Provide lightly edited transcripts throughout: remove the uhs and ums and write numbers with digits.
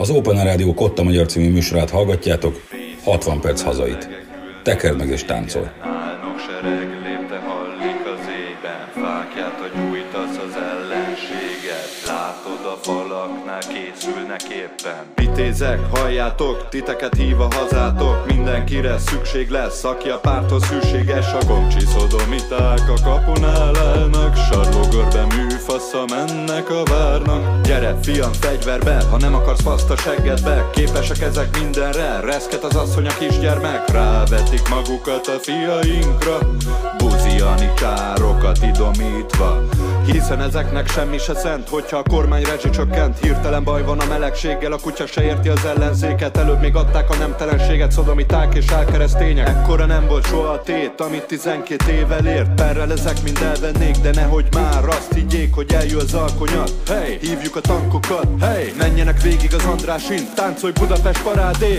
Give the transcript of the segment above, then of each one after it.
Az Open Rádió Kotta Magyar című műsorát hallgatjátok, 60 perc hazait. Tekerd meg és táncolj! Álnok sereg lépte hallik az égben, fákját gyújtasz az ellenséget, látod a falaknál készülnek éppen. Vitézek, halljátok, titeket hív a hazátok, mindenkire szükség lesz, aki a párthoz szükséges. A gomcsiszodomiták a kapunál állnak, sarlógörbe műfassa mennek a várnak. Gyere fiam fegyverbe, ha nem akarsz faszt a seggedbe, képesek ezek mindenre, reszket az asszony a kisgyermek. Rávetik magukat a fiainkra, buziani csárokat idomítva, hiszen ezeknek semmi se szent, hogyha a kormány rezsi csökkent. Hirtelen baj van a melegséggel, a kutya se érti az ellenzéket. Előbb még adták a nemtelenséget szodomiták és álkeresztények. Ekkora nem volt soha a tét, amit 12 évvel ért. Perrel ezek mind elvennék, de nehogy már azt higgyék, hogy eljön az alkonyat. Hey, hívjuk a tankokat, hey, menjenek végig az Andrásin, táncolj Budapest parádé.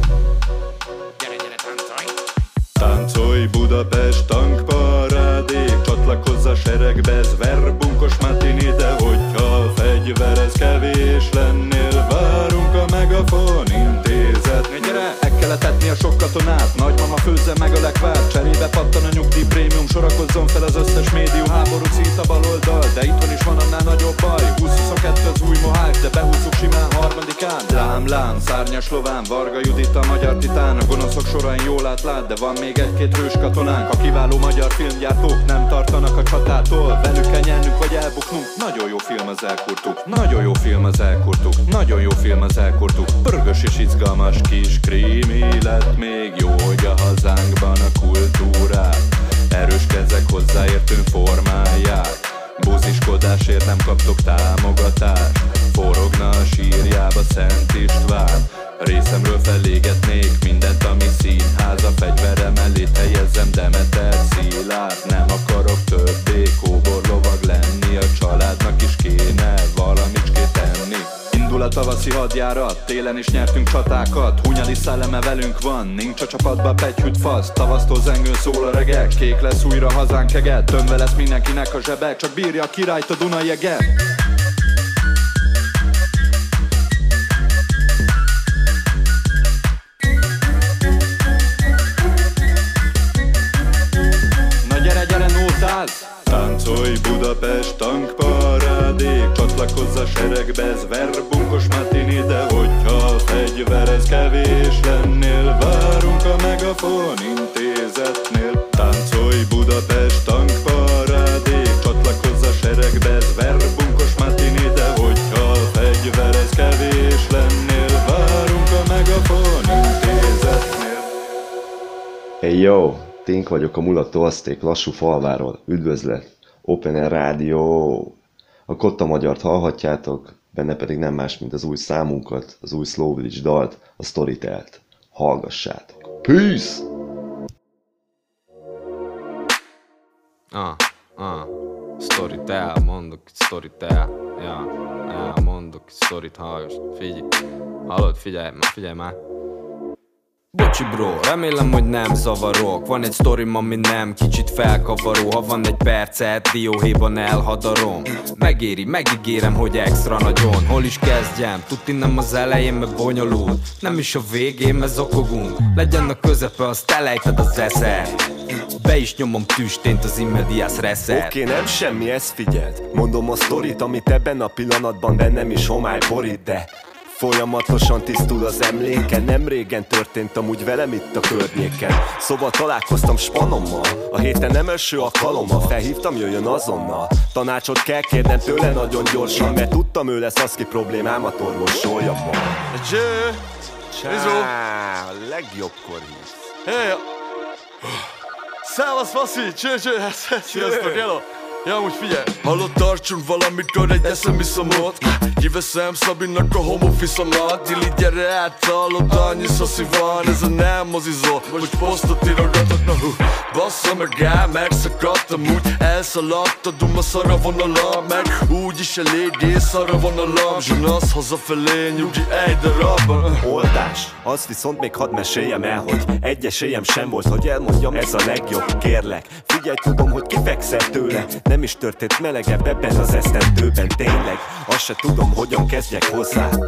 Táncolj Budapest tankparádé, csatlakozz a seregbe, ez verbunkos matiné. De hogyha a fegyver ez kevés lennél, várunk a Megafon intézetnél. Gyere, meg kellett etni a sok katonát, nagymama főzze meg a lekvárt, cserébe pattan a nyugdíj prémium, sorakozzon fel az összes médium. Háború szít a baloldal, de itthon is van annál nagyobb baj. 20-22 az új mohák, de behúzzuk simán harmadikán. Lám, szárnyas lován, Varga Judit a magyar titán, a gonoszok sorain jól átlát, de van még egy-két hős katonánk. A kiváló magyar filmgyártók nem tartanak a csatától, velük kell nyernünk vagy elbuknunk. Nagyon jó film az elkurtuk, nagyon jó film az elkurtuk, nagyon jó film az elkurtuk. Pörgös és izgalmas kis krimi lett még, jó, hogy a hazánkban a kultúrát erős kezek hozzáértőn formálják. Búziskodásért nem kaptok támogatást, forogna a sírjába Szent István. Részemről felégetnék mindent, ami színház, a fegyverem elét helyezzem Demeter Szilárd. Nem akarok többé kóborlovag lenni, a családnak is kéne valamicskét tenni. Indul a tavaszi hadjárat, télen is nyertünk csatákat, Hunyadi szelleme velünk van, nincs a csapatba pegyhűt fasz. Tavasztól zengőn szól a regek, kék lesz újra hazánk eget, tömve lesz mindenkinek a zsebe, csak bírja a királyt a Dunai jeget. Táncolj Budapest tankparádé, csatlakozz a seregbe, ez verbunkos matiné. De hogyha a fegyver ez kevés lennél, várunk a Megafon intézetnél. Táncolj Budapest tankparádé, csatlakozz a seregbe, ez verbunkos matiné. De hogyha a fegyver ez kevés lennél, várunk a Megafon intézetnél. Hey yo! Tink vagyok a mulató azték lassú falváról. Üdvözlet! Open Air Rádió! A Kotta Magyart hallhatjátok, benne pedig nem más, mint az új számunkat, az új Slow Village dalt, a Storytelt. Hallgassátok! Peace! Storytel, mondok itt Storytel. Ja, mondok itt Storyt, hallgass, figyelj már. Bocsi bro, remélem, hogy nem zavarok. Van egy sztorim, ami nem kicsit felkavaró. Ha van egy percet, dióhéjban elhadarom. Megéri, megígérem, hogy extra nagyon. Hol is kezdjem? Tuti nem az elején, meg bonyolult. Nem is a végén, mert zokogunk. Legyen a közepe, azt elejted az eszed. Be is nyomom tüstént az immediás reszel. Oké, nem semmi, ezt figyeld. Mondom a sztorit, amit ebben a pillanatban bennem is homály borít, de folyamatosan tisztul az emléke. Nem régen történt amúgy velem itt a környéken. Szóval találkoztam spanommal, a héten nem első alkalommal. Felhívtam, jöjjön azonnal. Tanácsot kell kérnem tőle nagyon gyorsan, mert tudtam, ő lesz az, ki problémámat orvosolja ma. A legjobbkor hisz. Hey! Szevasz, Faszi! Sziasztok, hello! Ja, amúgy figyelj! Hallott, tartsunk valamikor egy eszemiszomot. Kiveszem Szabinak a home office-omat. Dili, gyere át, hallott, annyi szoszi van. Ez a nem mozizó, hogy posztot írogatok. Na bassza meg el, megszakadtam úgy. Elszaladt a duma szara vonalam. Meg úgyis eléggé szara vonalam. Zsonasz hazafelé, nyugi egy darabban. Oldás, az viszont még hadd meséljem el, hogy egy esélyem sem volt, hogy elmondjam, ez a legjobb, kérlek. Figyelj, tudom, hogy kifekszel tőle. Nem is történt melegebb ebben az esztendőben, tényleg. Azt se tudom, hogyan kezdjek hozzá.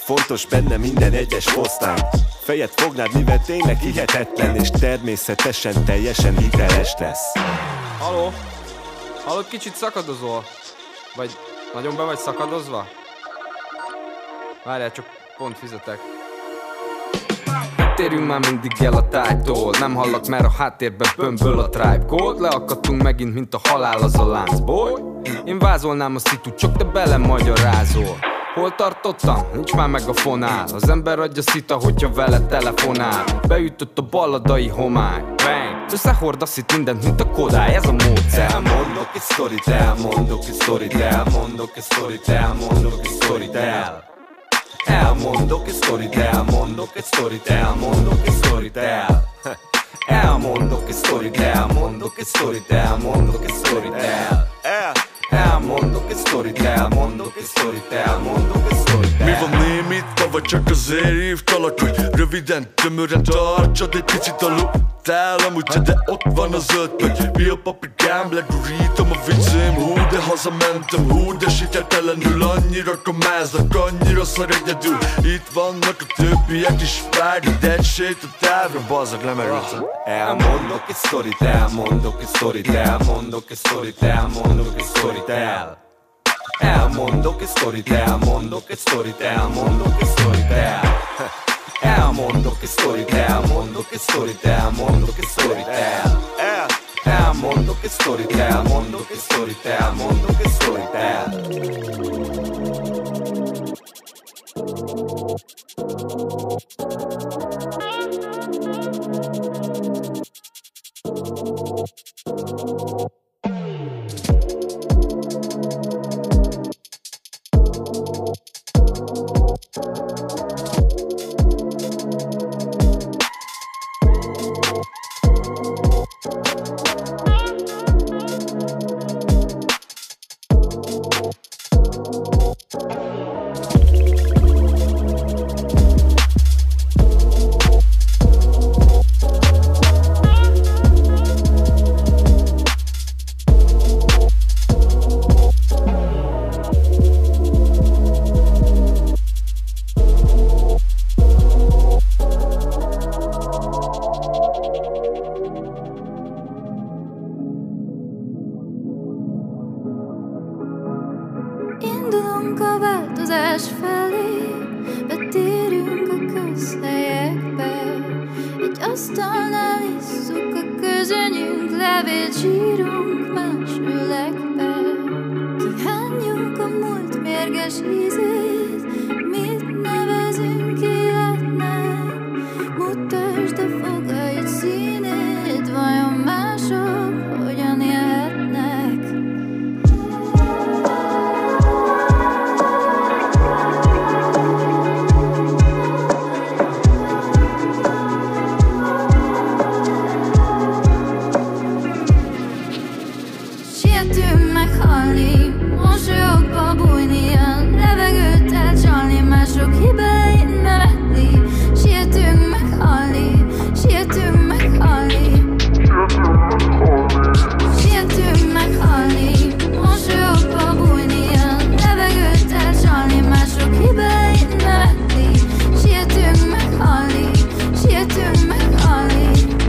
Fontos benne minden egyes posztán. Fejet fognád, mivel tényleg hihetetlen, és természetesen teljesen hiteles lesz. Halló? Hallod, kicsit szakadozol? Vagy nagyon be vagy szakadozva? Várjál, csak pont fizetek. Térjünk már mindig el a tájtól. Nem hallak, mert a háttérbe bömböl a Tribe Called. Leakadtunk megint, mint a halál az a láncból. Én vázolnám a szitut, csak te belemagyarázol. Hol tartottam? Nincs már meg a fonál. Az ember adja szita, hogyha vele telefonál. Beütött a balladai homály. Bang! Összehordasz itt mindent, mint a Kodály. Ez a módszer. Elmondok egy sztorit, elmondok egy sztorit, elmondok egy sztorit, elmondok egy sztorit, elmondok egy sztorit, elmondok egy sztorit, elmondok egy sztorit, elmondok egy sztorit, elmondok egy sztorit, elmondok egy sztorit, elmondok egy sztorit, elmondok egy sztorit, elmondok egy sztorit. Mi van némítva, vagy csak azért hívtalak, hogy röviden, tömören tartsad egy picit a luptál. Amúgy de ott van a zöld pöty, mi a paprikám, legurítom a viccém. Hú, de hazamentem, hú, de sikertelenül. Annyira kamáznak, annyira szar egyedül. Itt vannak a többiek is, vágod egy sét a távra, bazzag lemerültem. Elmondok egy sztorit, elmondok egy sztorit, elmondok egy sztorit, elmondok egy sztorit, elmondok egy sztorit, elmondok egy sztorit, elmondok egy sztorit, elmondok egy sztorit, elmondok egy sztorit, elmondok egy sztorit, elmondok egy sztorit, elmondok egy sztorit, elmondok egy sztorit, Indulunk a változás felé, betérünk a közhelyekbe. Egy asztalnál isszuk a közönyünk, levét sírunk más ülekbe. Kihányjuk a múlt mérges ízét, mit nevezünk életnek. Mutasd a fogaid színét, vajon mások hogyan élhetnek. Sietünk meghalni, mosolyogva bújni, a levegőt elcsalni, mások hibáin nevetni. Sietünk meghalni, sietünk meghalni, sietünk meghalni, mosolyogva bújni, a levegőt elcsalni, mások hibáin nevetni. Sietünk meghalni, sietünk meghalni.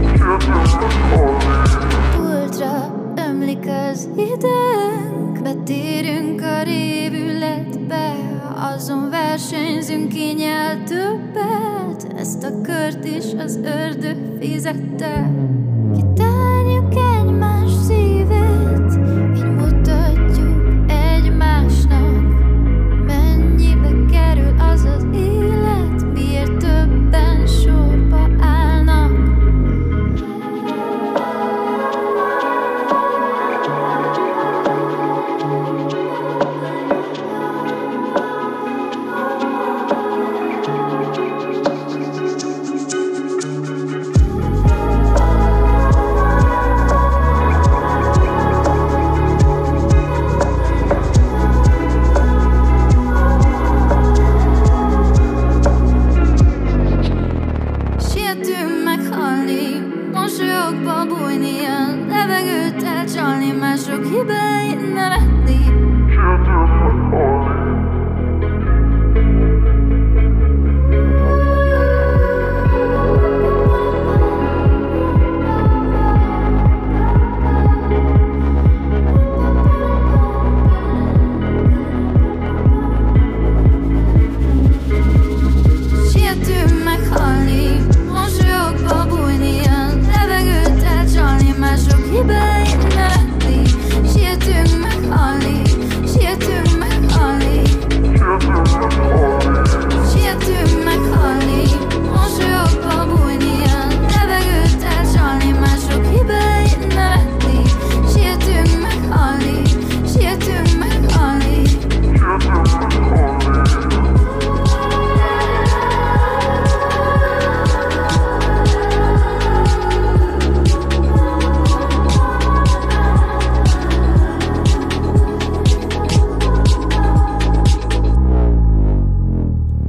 Pultra ömlik az időnk, betérünk a révületbe, azon versenyzünk, ki nyel többet. Ezt a kört is az ördög fizette. Kitárjuk egymás szívét, így mutatjuk egymásnak, mennyibe kerül az az élet, miért többen sorba állnak.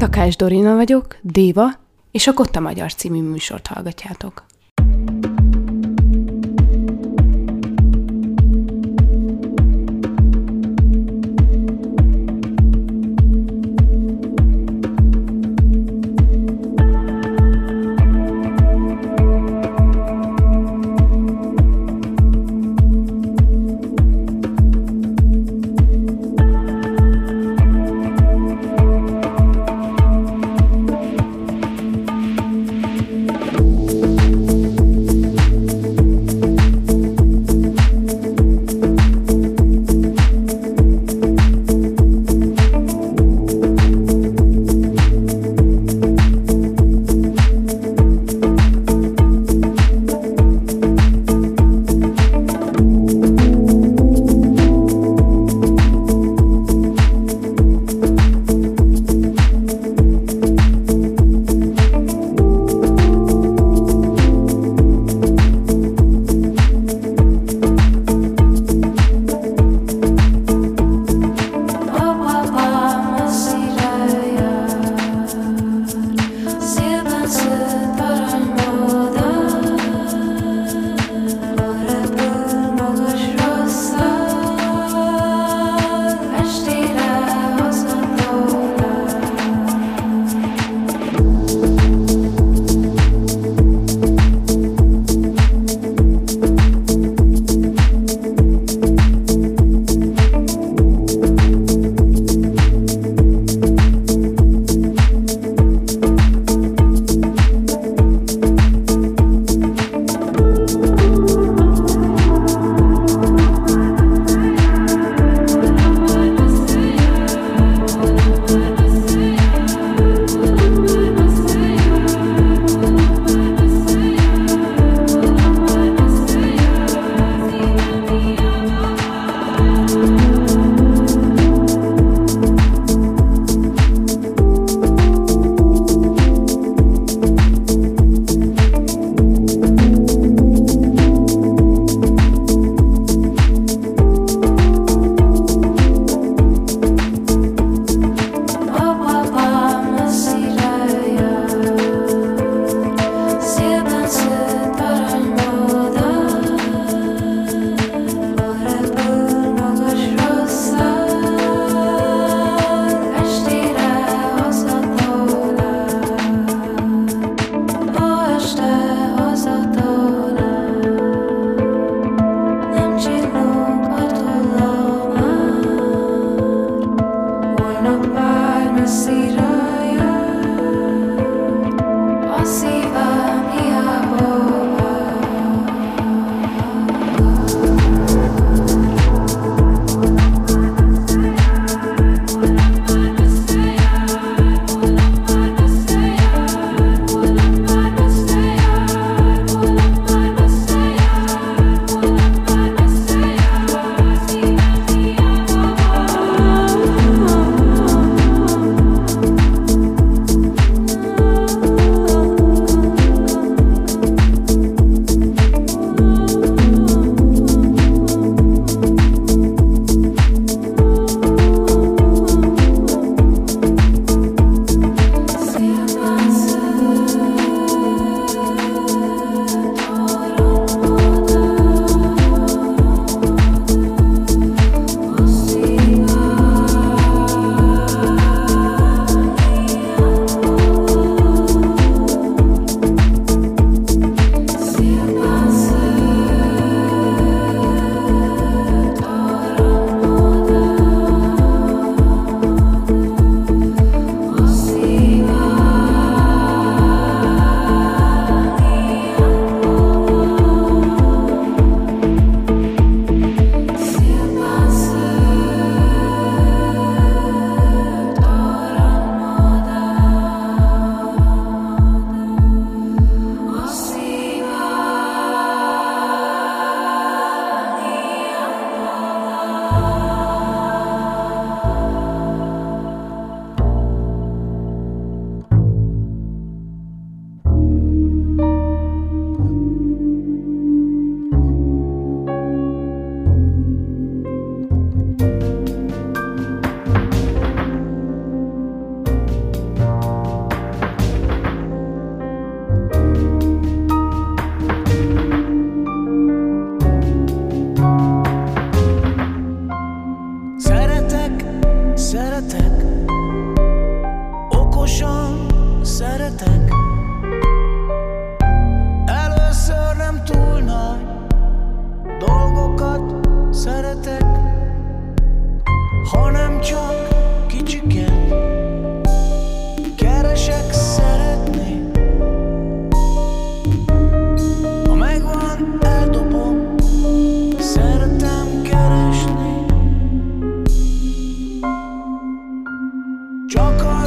Takás Dorina vagyok, Déva, és a Kotta Magyar című műsort hallgatjátok.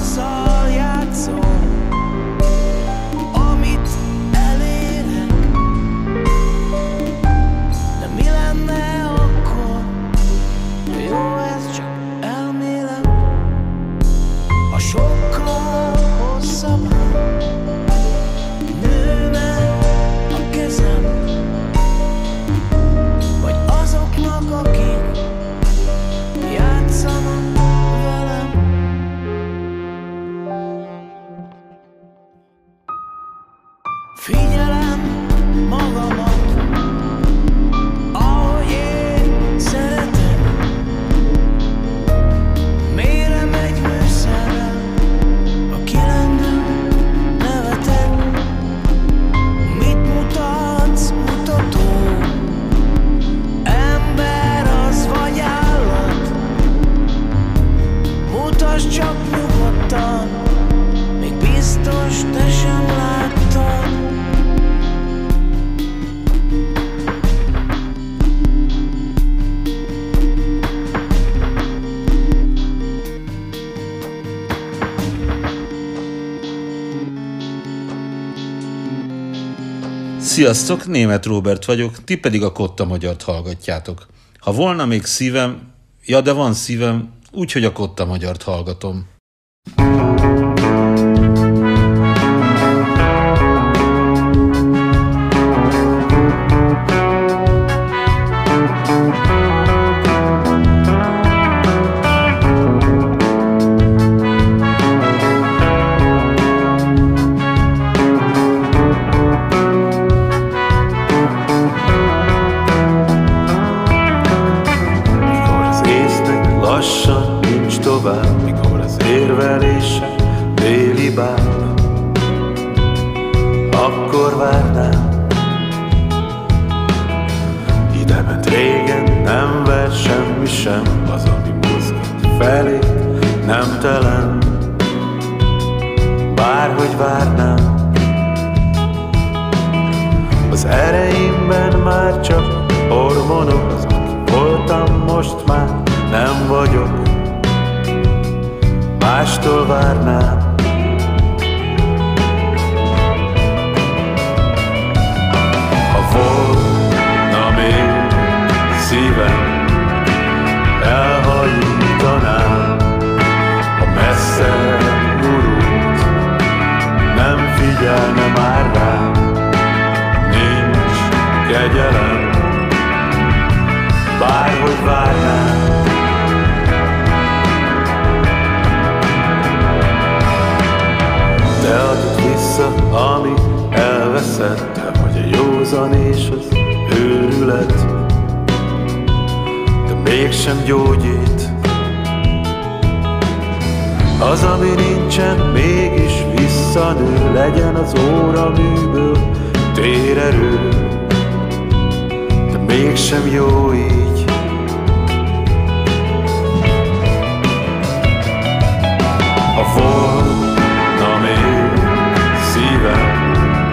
azzal játszom, amit elérek. De mi lenne akkor, ha jó ez csak elmélet? A sokkal hosszabb nőne a kezem, vagy azoknak, akik játszanak velem. Figyelem magamat, ahogy én szeretem. Mérem egy műszerrel, a kilendőm nevetek. Mit mutatsz, mutató? Ember az vagy állat? Mutasd csak nyugodtan, még biztos te sem láttad. Sziasztok, Németh Róbert vagyok, ti pedig a Kotta Magyart hallgatjátok. Ha volna még szívem, ja de van szívem, úgyhogy a Kotta Magyart hallgatom. Lassan nincs tovább, mikor az érvelése déli báb, akkor várnám. Idement régen, nem ver semmi sem, az, ami mozgat felé, nem telen, bárhogy várnám. Az ereimben már csak hormonok, az, aki voltam, most már nem vagyok, mástól várnám. Ha volna még szívem, elhajítanám a messze gurút, nem figyelne már rám, nincs kegyelem, bárhogy várnám. Te adod vissza, ami elveszett, te vagy a józan és az őrület, de mégsem gyógyít. Az, ami nincsen, mégis visszanő, legyen az óraműből térerő, de mégsem jó így. Ha volna még szívem,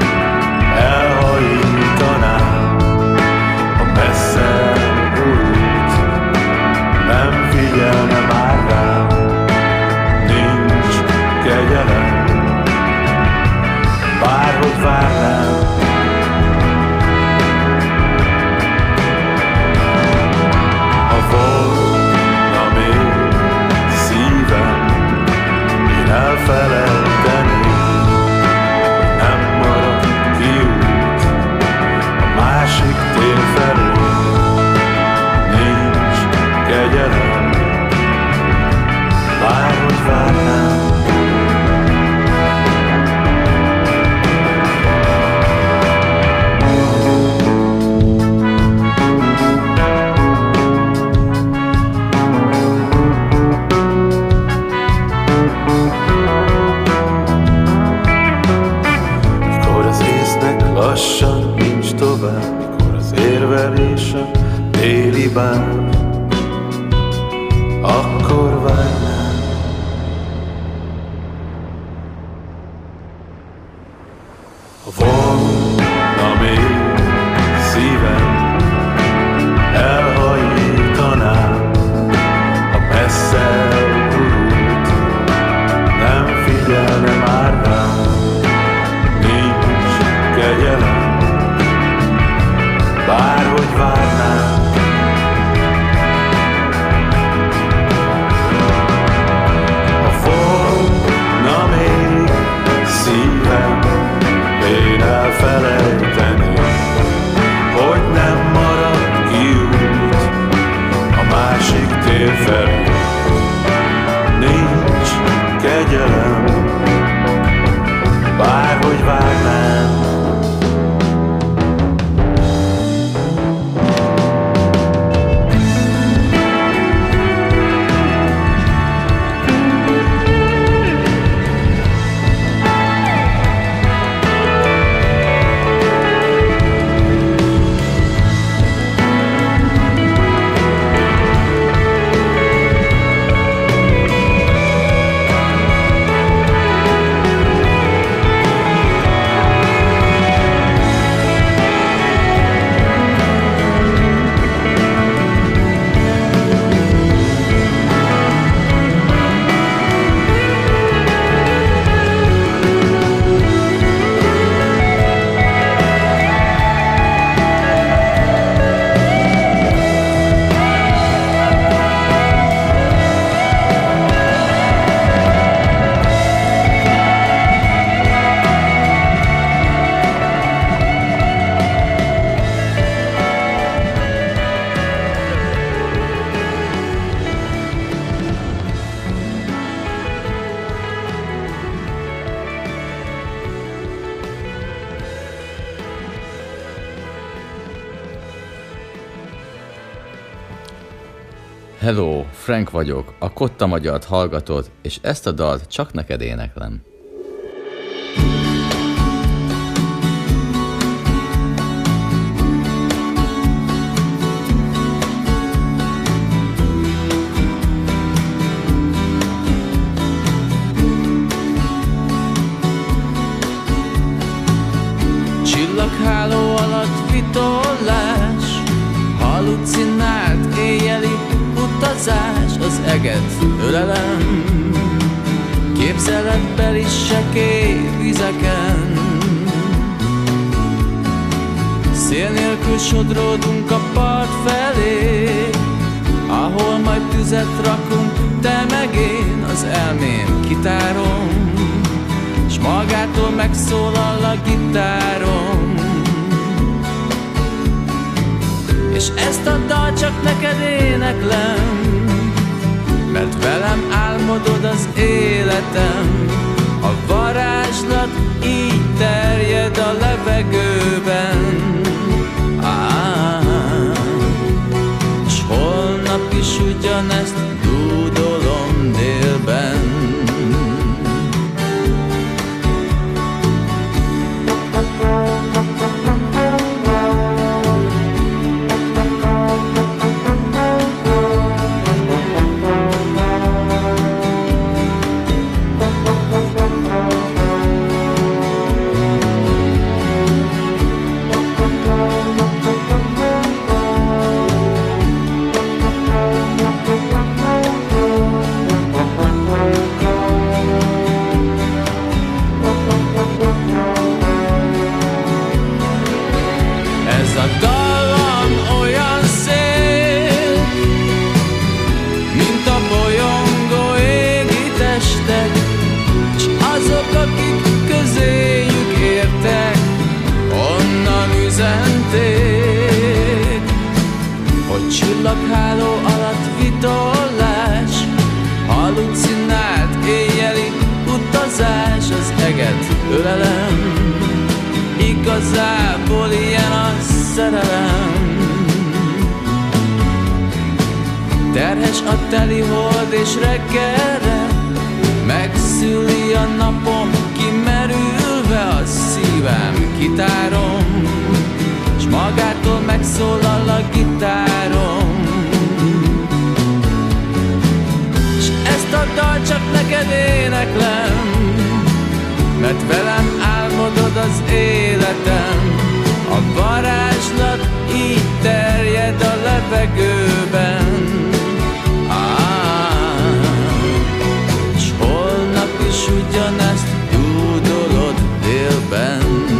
elhajítanám a messze gurút, nem figyelne már rám, nincs kegyelem, bárhogy várnám. Hello, Frank vagyok, a Kotta Magyart hallgatod, és ezt a dalt csak neked éneklem. Csillagháló alatt vitollás, halucinált éjjeli utazás, az eget ölelem, képzeletbeli sekély vizeken. Szél nélkül sodródunk a part felé, ahol majd tüzet rakunk, te meg én, az elmém kitárom, s magától megszólal a gitárom. És ezt a dal csak neked éneklem, mert velem álmodod az életem. A varázslat így terjed a levegőben, s holnap is ugyanezt dúdolom délben. Csillagháló alatt vitollás, halucinált éjjeli utazás, az eget ölelem, igazából ilyen a szerelem. Terhes a teli hold és reggelre megszüli a napom, kimerülve a szívem kitárom, s magától megszólal a gitárom. S ezt a dal csak neked éneklem, mert velem álmodod az életem. A varázslat így terjed a levegőben, s holnap is ugyanezt dúdolod délben.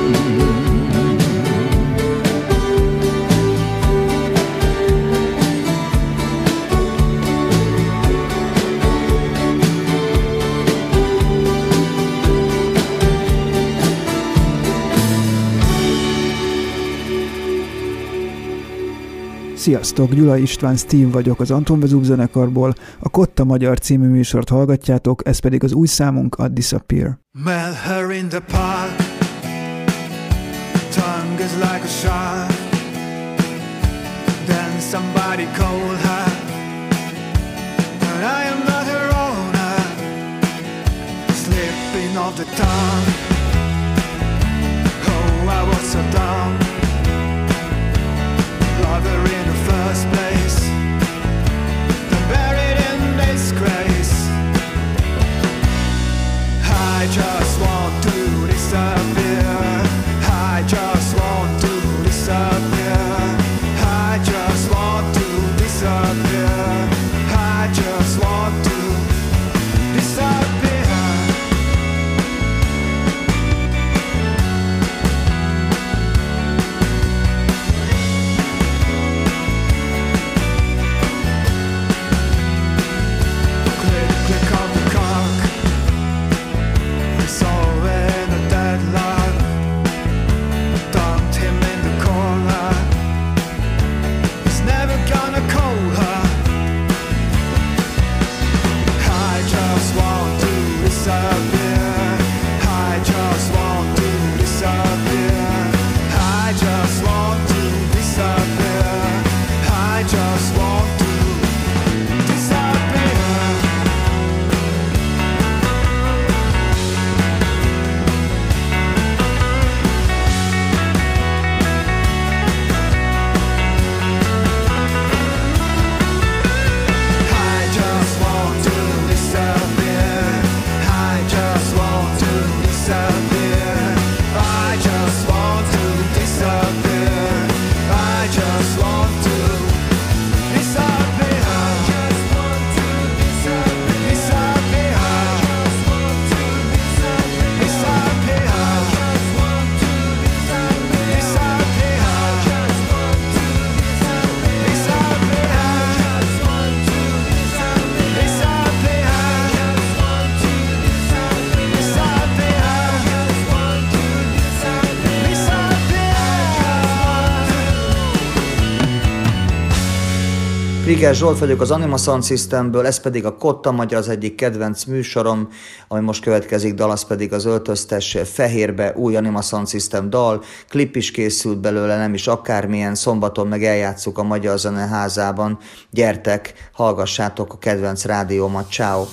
Sziasztok, Gyula István, Steve vagyok az Anton Vezúv zenekarból, a Kotta Magyar című műsort hallgatjátok, ez pedig az új számunk, a Disappear. Met her in the park, tongue is like a shark. Then somebody called her, but I am not her owner. Slipping off the tongue, oh I was so dumb. Love her in the first place, then buried in disgrace. I just want to disappear, I just want to disappear, I just want to disappear, I just want to disappear. Prigás Zsolt vagyok az Anima Sound Systemből, ez pedig a Kotta Magyar, az egyik kedvenc műsorom, ami most következik, dal az pedig az Öltöztes Fehérbe új Anima Sound System dal, klip is készült belőle, nem is akármilyen, szombaton meg eljátszuk a Magyar Zeneházában. Gyertek, hallgassátok a kedvenc rádiómat, ciao.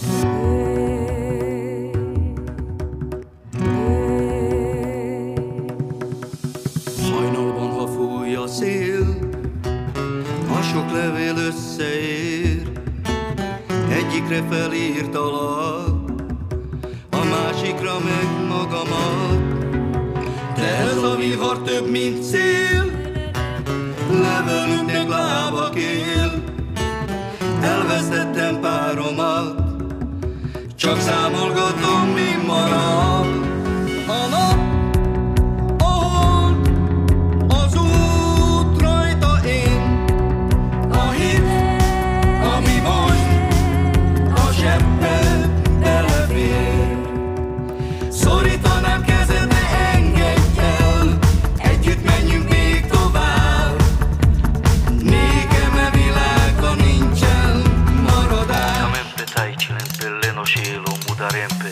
Hajnalban, ha fúj a szél, a sok levél összeér, egyikre felírtalak, a másikra meg magamat. De ez a vihar több, mint szél, levelünknek lábak él. Elvesztettem páromat, csak számolgatom, mi marad. A nap, ahol az út rajta én, a hit, ami most a zsebbe belefér. Szorítanám kezed, ne engedj el, együtt menjünk még tovább. Nékem e világban nincsen maradás. Mente tai cilente no cielo mudarempe.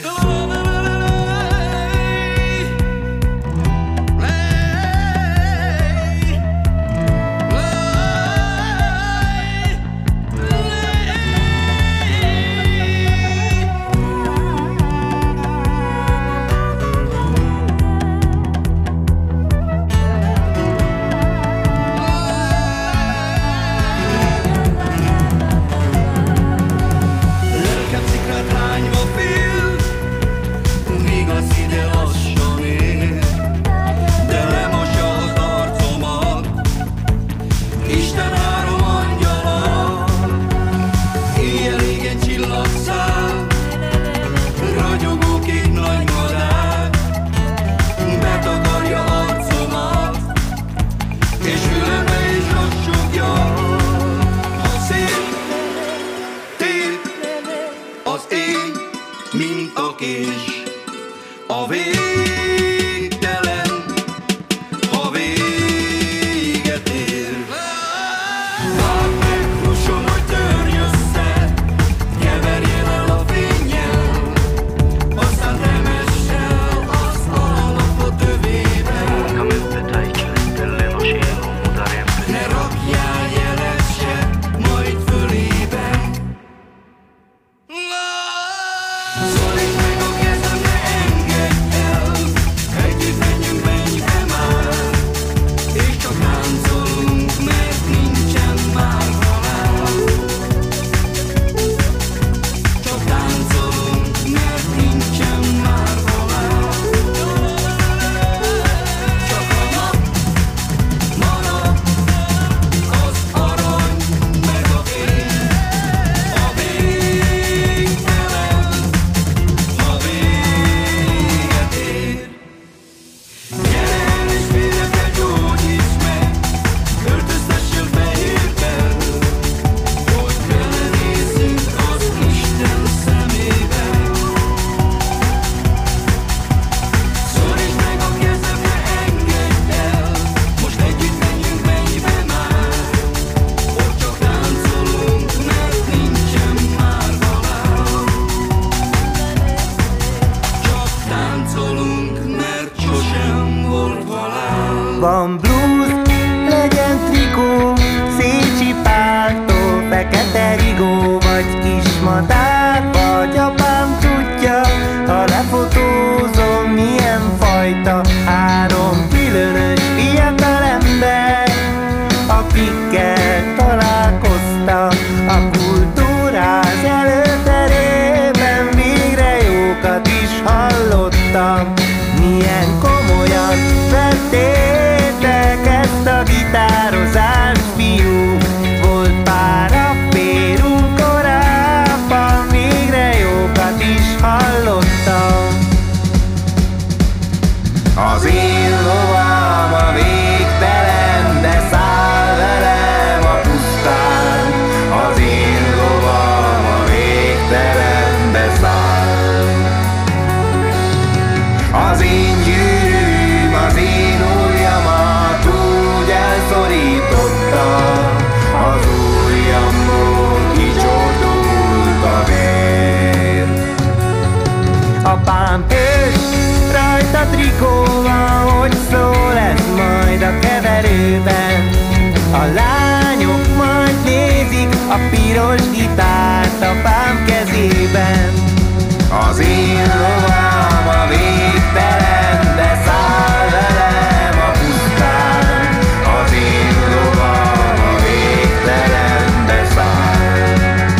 Az én lovam a végtelenbe száll velem a pusztán. Az én lovam a végtelenbe száll.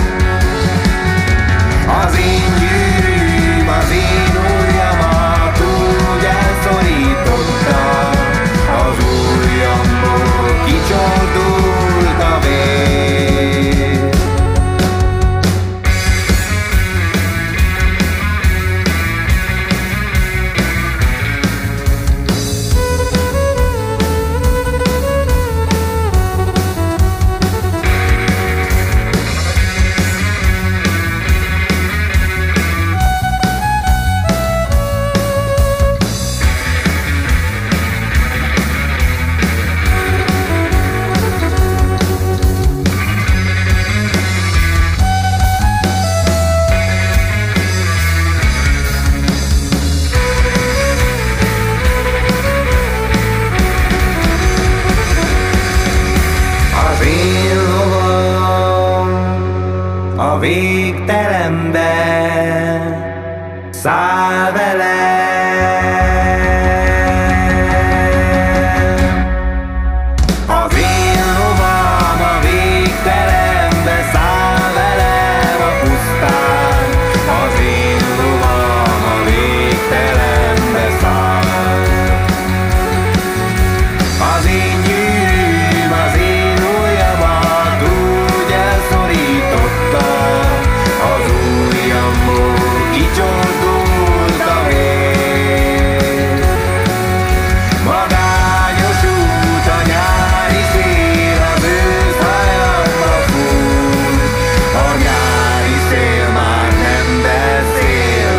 Az én gyűrűm, az én ujjamat úgy elszorította, az ujjamból kicsordult a vér. Az én lovam a végtelenbe száll velem. Az én lovam a végtelenbe száll velem a pusztán. Az én lovam a végtelenbe száll. Az én gyűrűm, az én ujjamat úgy elszorította, az ujjamból kicsordult a vér. Magányos út a nyári szél, az ősz hajamba fúj, a nyári szél már nem beszél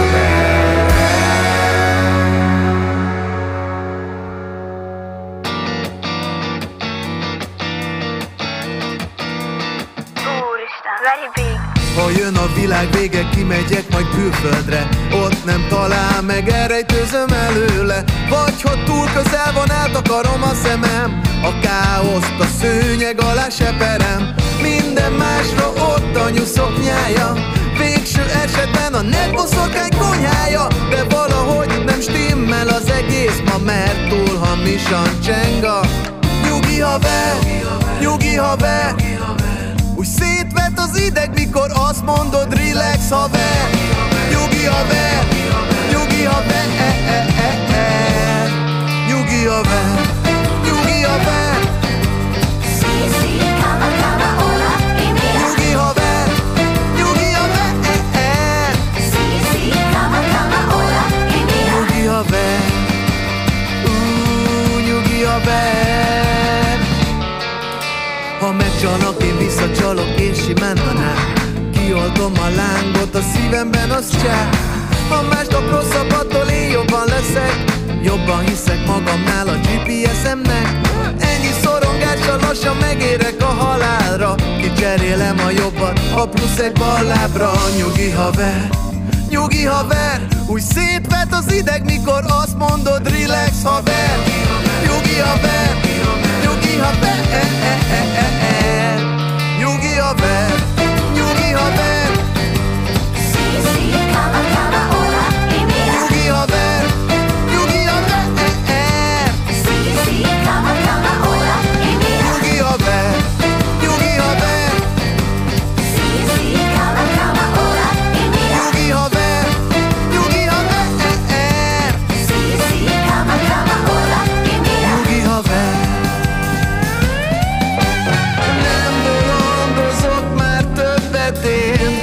Ha jön a világ vége, kimegyek majd külföldre, ott nem talál meg, elrejtőzöm előle. Vagy ha túl közel van, eltakarom a szemem, a káoszt a szőnyeg alá seperem. Minden másra ott anyu szoknyája, végső esetben a netboszorkány konyhája. De valahogy nem stimmel az egész ma, mert túl hamisan cseng a nyugi haver, nyugi haver. Úgy szétvet az ideg, mikor azt mondod, relax haver. Nyugi haver, nyugi haver, nyugi haver, nyugi haver. Nyugi haver, nyugi haver, nyugi haver, nyugi haver. Ha megcsalnak, én visszacsalok és simán tanár. Kioltom a lángot a szívemben, az csá. Ha másnap rosszabb, attól én jobban leszek. Jobban hiszek magamnál a GPS-emnek. Ennyi szorongással lassan megérek a halálra. Kicserélem a jobbat a plusz egy ballábra. Nyugi haver, nyugi haver. Úgy szétvet az ideg, mikor azt mondod, relax haver. Nyugi haver, nyugi haver, nyugi haver, nyugi haver. Nyugi haver, nyugi haver, nyugi haver, nyugi haver. Nyugi haver, nyugi haver, nyugi haver. Nem bolondozok már többet én,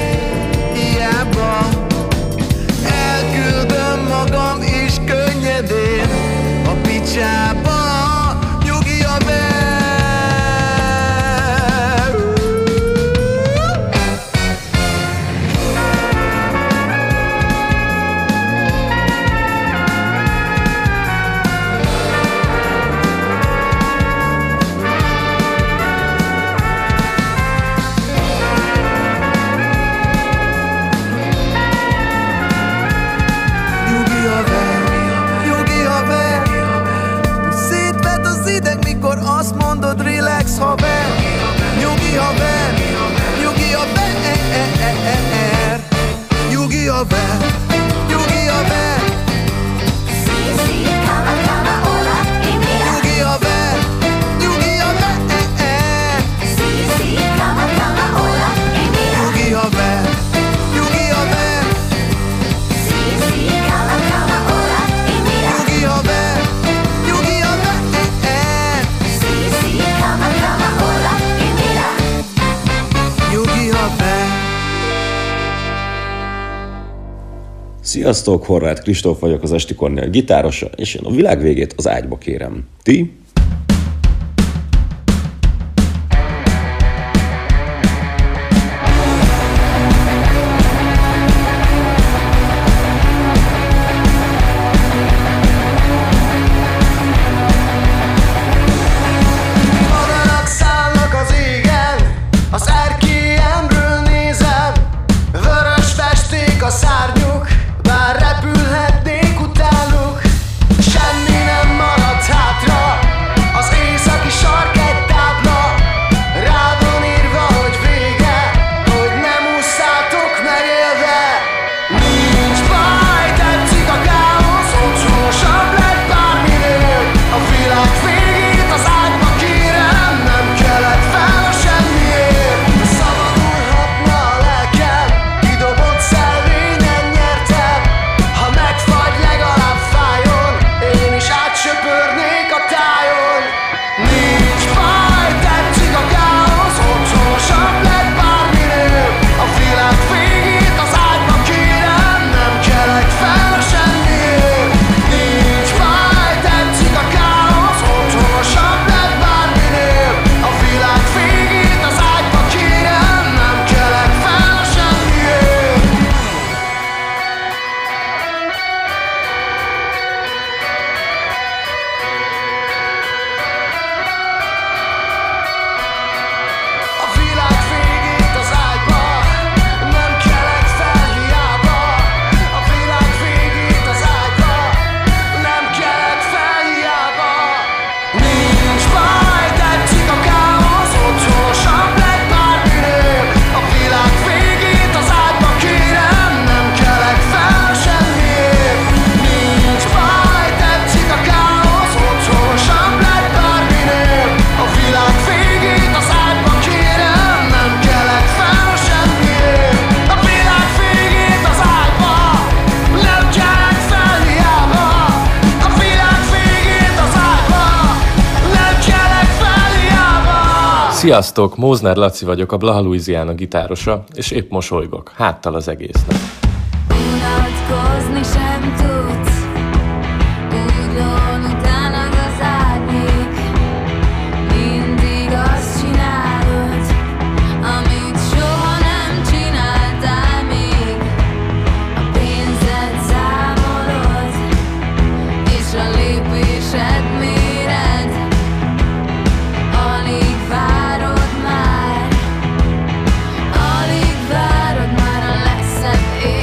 Sziasztok, Horváth Kristóf vagyok, az Esti Kornél gitárosa, és én a világ végét az ágyba kérem. Ti? Sziasztok, Mózner Laci vagyok, a Blaha Louisiana gitárosa, és épp mosolygok, háttal az egésznek. Unatkozni sem tudsz, úgy lón utánad az árnyék. Mindig azt csinálod, amit soha nem csináltál még. A pénzed számolod, és a lépésed méred. Alig várod már a legszebb év.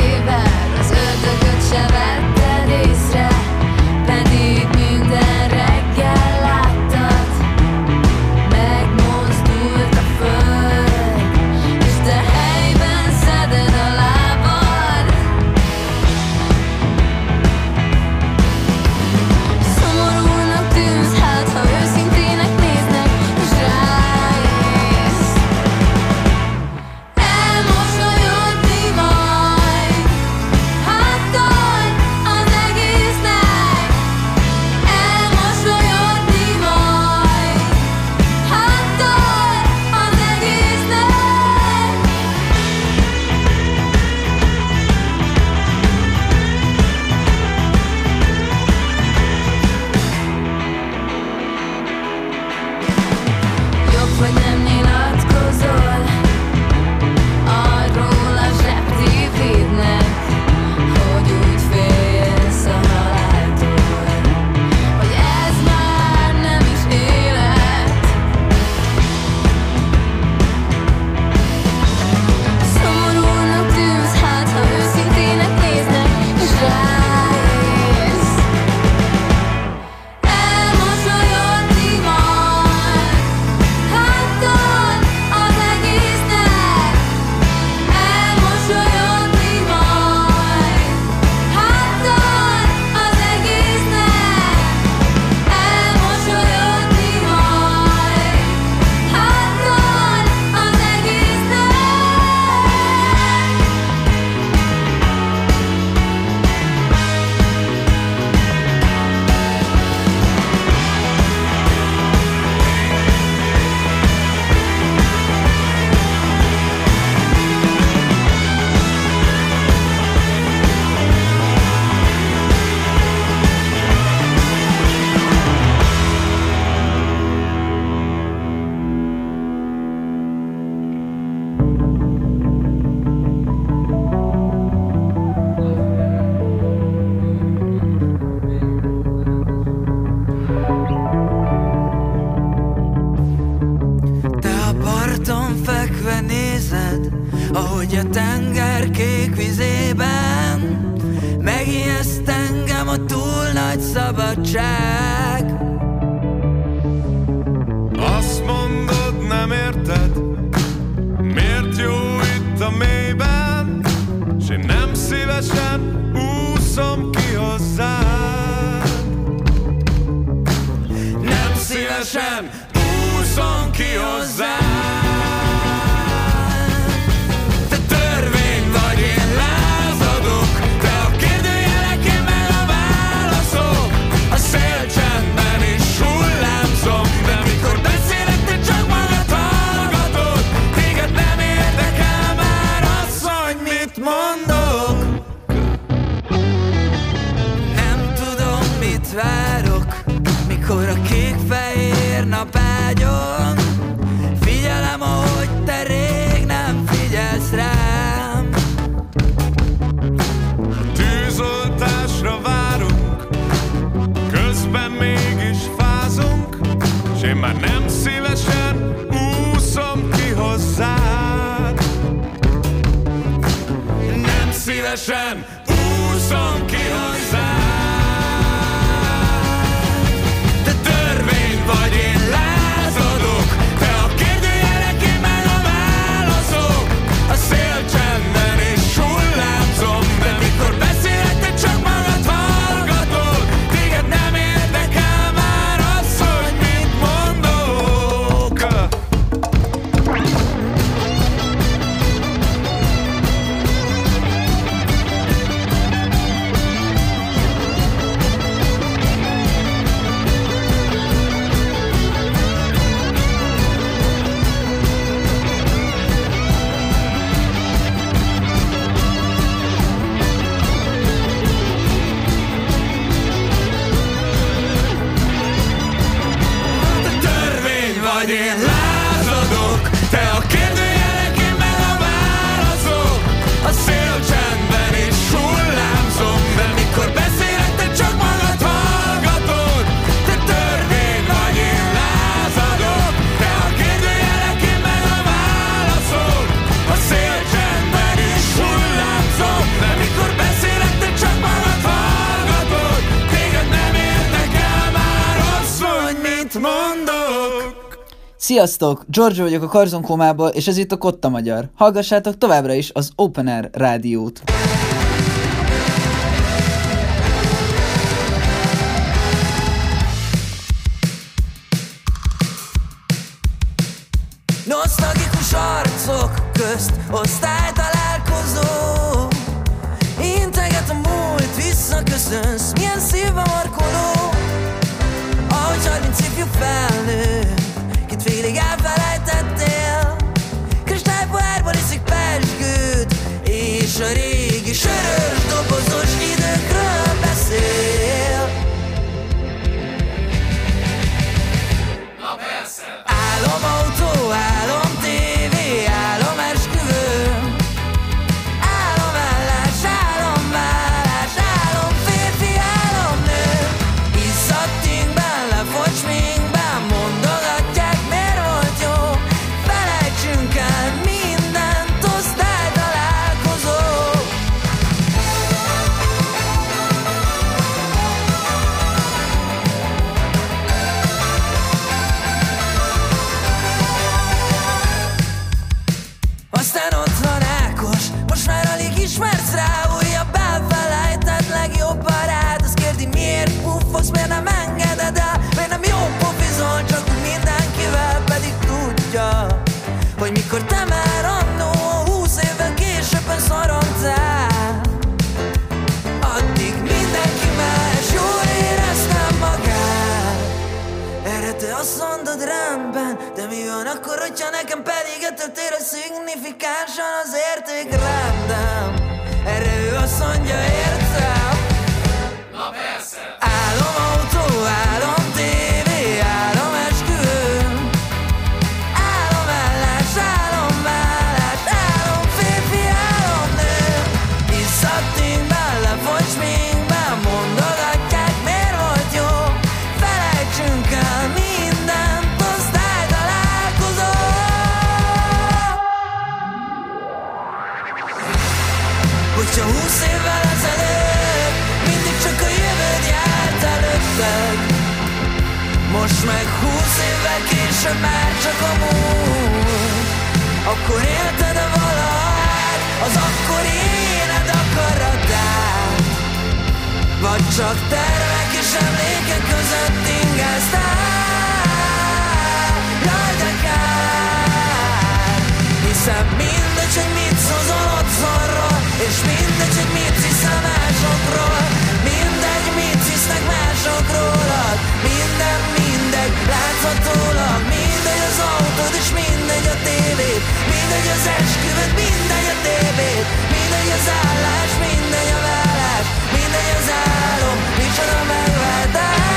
ereszt engem a túl nagy szabadság. Azt mondod, nem érted, miért jó itt a mélyben, s én nem szívesen úszom ki hozzád. Nem szívesen úszom ki hozzád. Te törvény vagy, én lázadok, te a kérdőjelek, én meg a válaszok. A szélcsendben is hullámzom, de mikor beszélek, te csak magad hallgatod. Téged nem érdekel már az, hogy mit mondok. Nem tudom, mit várok, mikor a kék-fehér nap ágyon. Figyelem, ahogy te rég nem figyelsz rám. Tűzoltásra várunk, közben mégis fázunk, s én már nem szívesen úszom ki hozzád. Nem szívesen úszom ki hozzád. Te törvény vagy, én lázadok, te a kérdőjelek, én meg a válaszok. A szélcsendben is hullámzom, de mikor beszélek, te csak magad hallgatod. Téged nem érdekel már az, hogy mit mondok. Törvény vagy, én lázadok, te a kérdőjelek, én meg a válaszok. A szélcsendben is hullámzom, de mikor beszélek, te csak magad hallgatod. Te törvény vagy, én lázadok, te a kérdőjelek, én meg a válaszok. A szélcsendben is hullámzom, de mikor beszélek, te csak magad hallgatod. Téged nem érdekel már az, hogy mit mondok. Sziasztok! Giorgio vagyok a Karzonkómából, és ez itt a Kotta Magyar. Hallgassátok továbbra is az Open Air rádiót. Nosztalgikus arcok közt osztálytalálkozó. Integet a múlt, visszaköszönsz, milyen szívbe markoló. Ahogy 30 ifjú felnő, kit félig elfelejtettél. Kristálypohárból iszik pezsgőt, és a régi sörös dobozos időkről beszél. Na persze! Álomautó, álom tévé, álom esküvő. Álomállás, álomvállás, álom férfi, álom nő. Izzadtinkben, lefogy sminkben, mondogatják, miért volt jó. Felejtsünk el mindent, osztálytalálkozó. Aztán ott van Ákos, most már alig ismersz rá. Újabb elfelejtett legjobb barád. Azt kérdi, miért puffogsz, miért nem engeded el. Miért nem jó pofizol, csak úgy mindenkivel. Pedig tudja, hogy mikor te már annó 20 évvel későbben szorongtál, addig mindenki más jól éreztem magát. Erre te azt mondod, rendben, de mi van akkor, hogyha nekem pedig ettől tér a szignifikánsan az értékrendem. Erre ő azt mondja, értem. Na persze! Álomautó, álom tévé, álom esküvő. Álomállás, álomvállás, álom férfi, álom nő. Izzadtinkben, lefogy sminkben, mondogatják, miért volt jó. Felejtsünk el mindent, osztálytalálkozó. Hogyha 20 évvel ezelőtt meg 20 évvel később már csak a múlt. Akkor élted-e valahogy az akkori éned akaratát? Vagy csak tervek és emlékek között ingáztál? Jaj, de kár, hiszen mindegy, hogy mit szozol otthonról, és mindegy, hogy mit hiszel másokról. Mindegy, mit hisznek mások rólad. Minden mindegy, láthatólag. Mindegy az autód és mindegy a tévéd. Mindegy az esküvőd, mindegy a tévéd. Mindegy az állás, mindegy a vállás. Mindegy az álom, micsoda megváltás.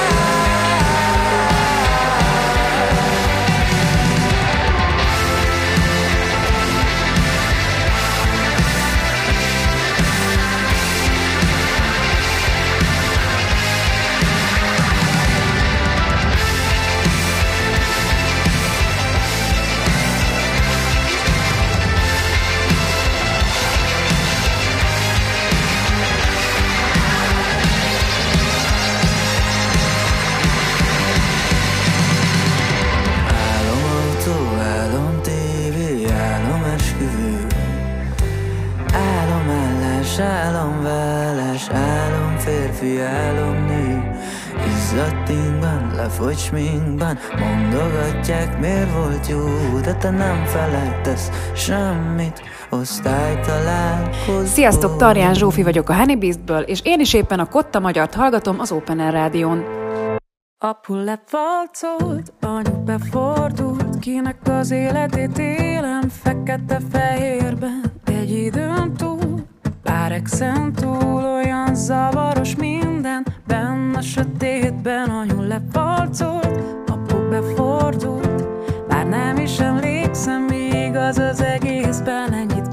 Álomvállás, álomférfi, álomnő. Izzadt ingben, lefogy sminkben, mondogatják miért volt jó, de te nem felejtesz semmit, osztálytalálkozó. Sziasztok, Tarján Zsófi vagyok a Honey Beastből, és én is éppen a Kotta Magyart hallgatom az Open Air Rádión. Apu levalcolt, anyu befordult, kinek az életét élem fekete-fehérben, egy időn túl, pár exen túl, olyan zavaros minden, benne a sötétben. Anyu levalcolt, apu befordult, már nem is emlékszem, mi igaz az egészben. Ennyit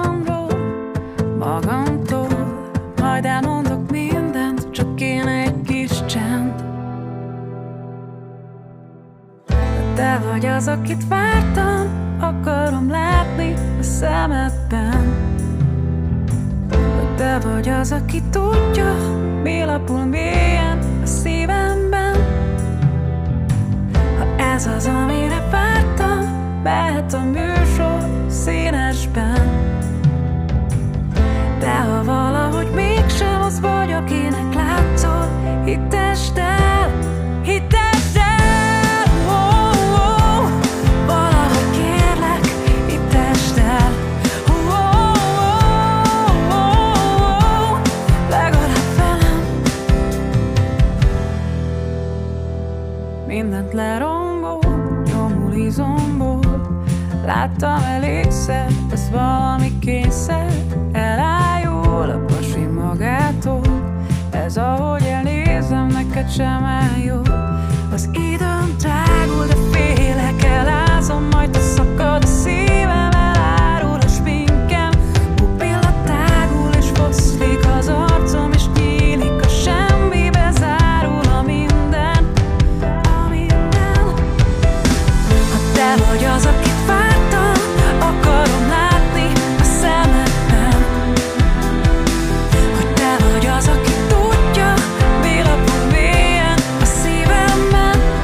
magamtól, majd elmondok mindent, csak kéne egy kis csend. Te vagy az, akit vártam, akarom látni a szemedben. Te vagy az, aki tudja, mi lapul mélyen a szívemben. Ha ez az, amire vártam, mehet a műsor színesben. De ha valahogy mégsem az vagy, akinek látszol, hittesd el, hittesd el. Valahogy kérlek, hittesd el. Legalább velem. Mindent lerongol, nyomul izomból. Láttam elégszer, ez valami kényszer. Elájul a pasi magától. Ez ahogy elnézem, neked sem eljól. Az időm drágul, de félek, elázom, majd szakad a szívem, elárul a sminkem. Pupilla tágul és foszlik az arcom, és nyílik a semmibe, zárul a minden, a minden. Ha te vagy az, akit vártam, akarom látni a szemedben. Hogy te vagy az, aki tudja, mi lapul mélyen a szívemben.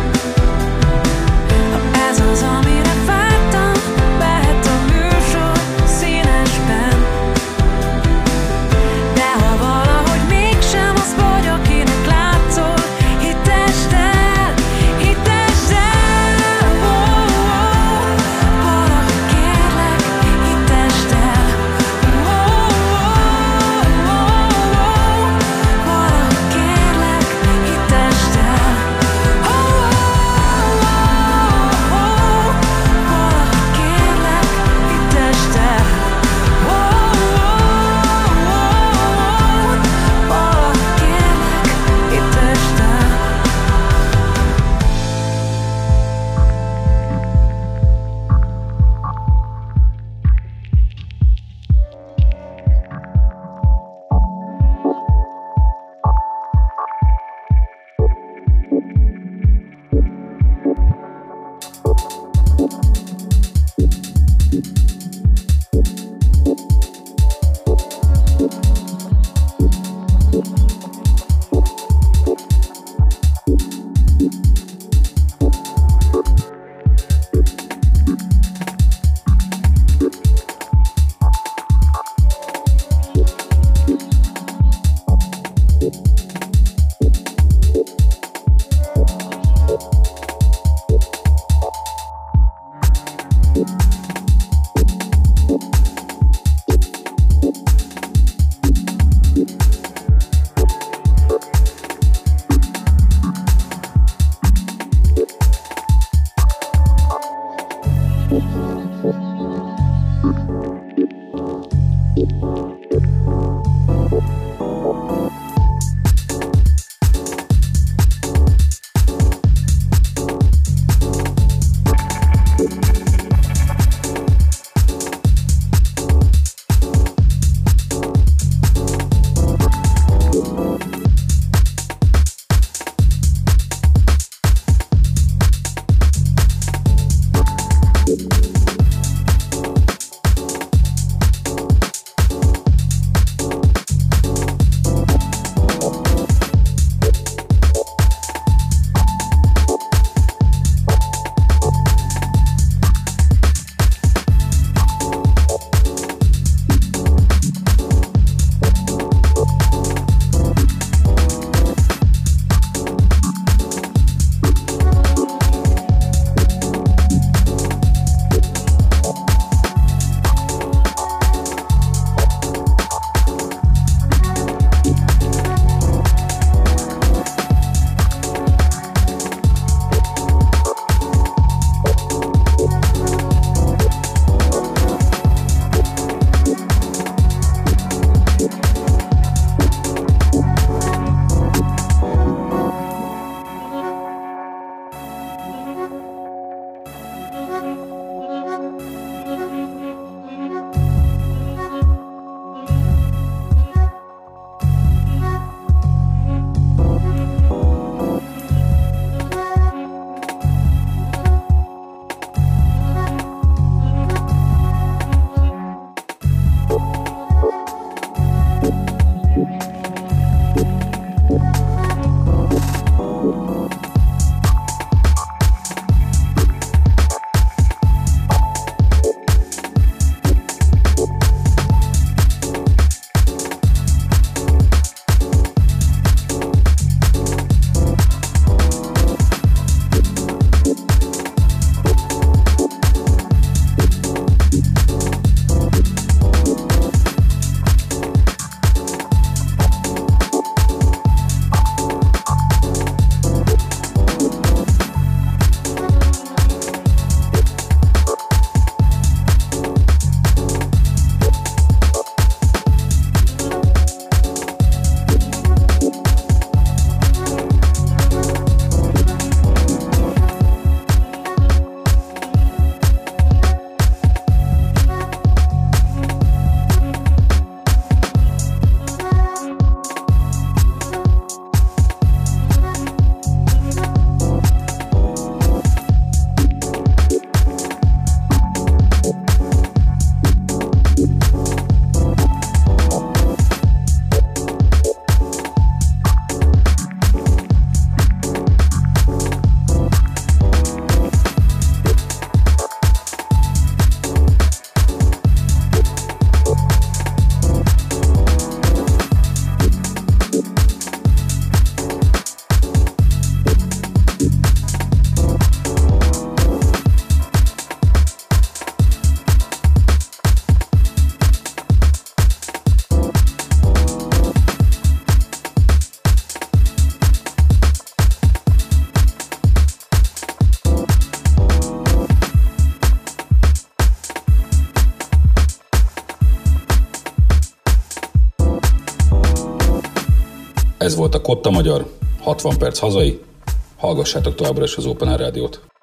Ez volt a Kotta Magyar, 60 perc hazai. Hallgassátok továbbra is az Open Air Rádiót.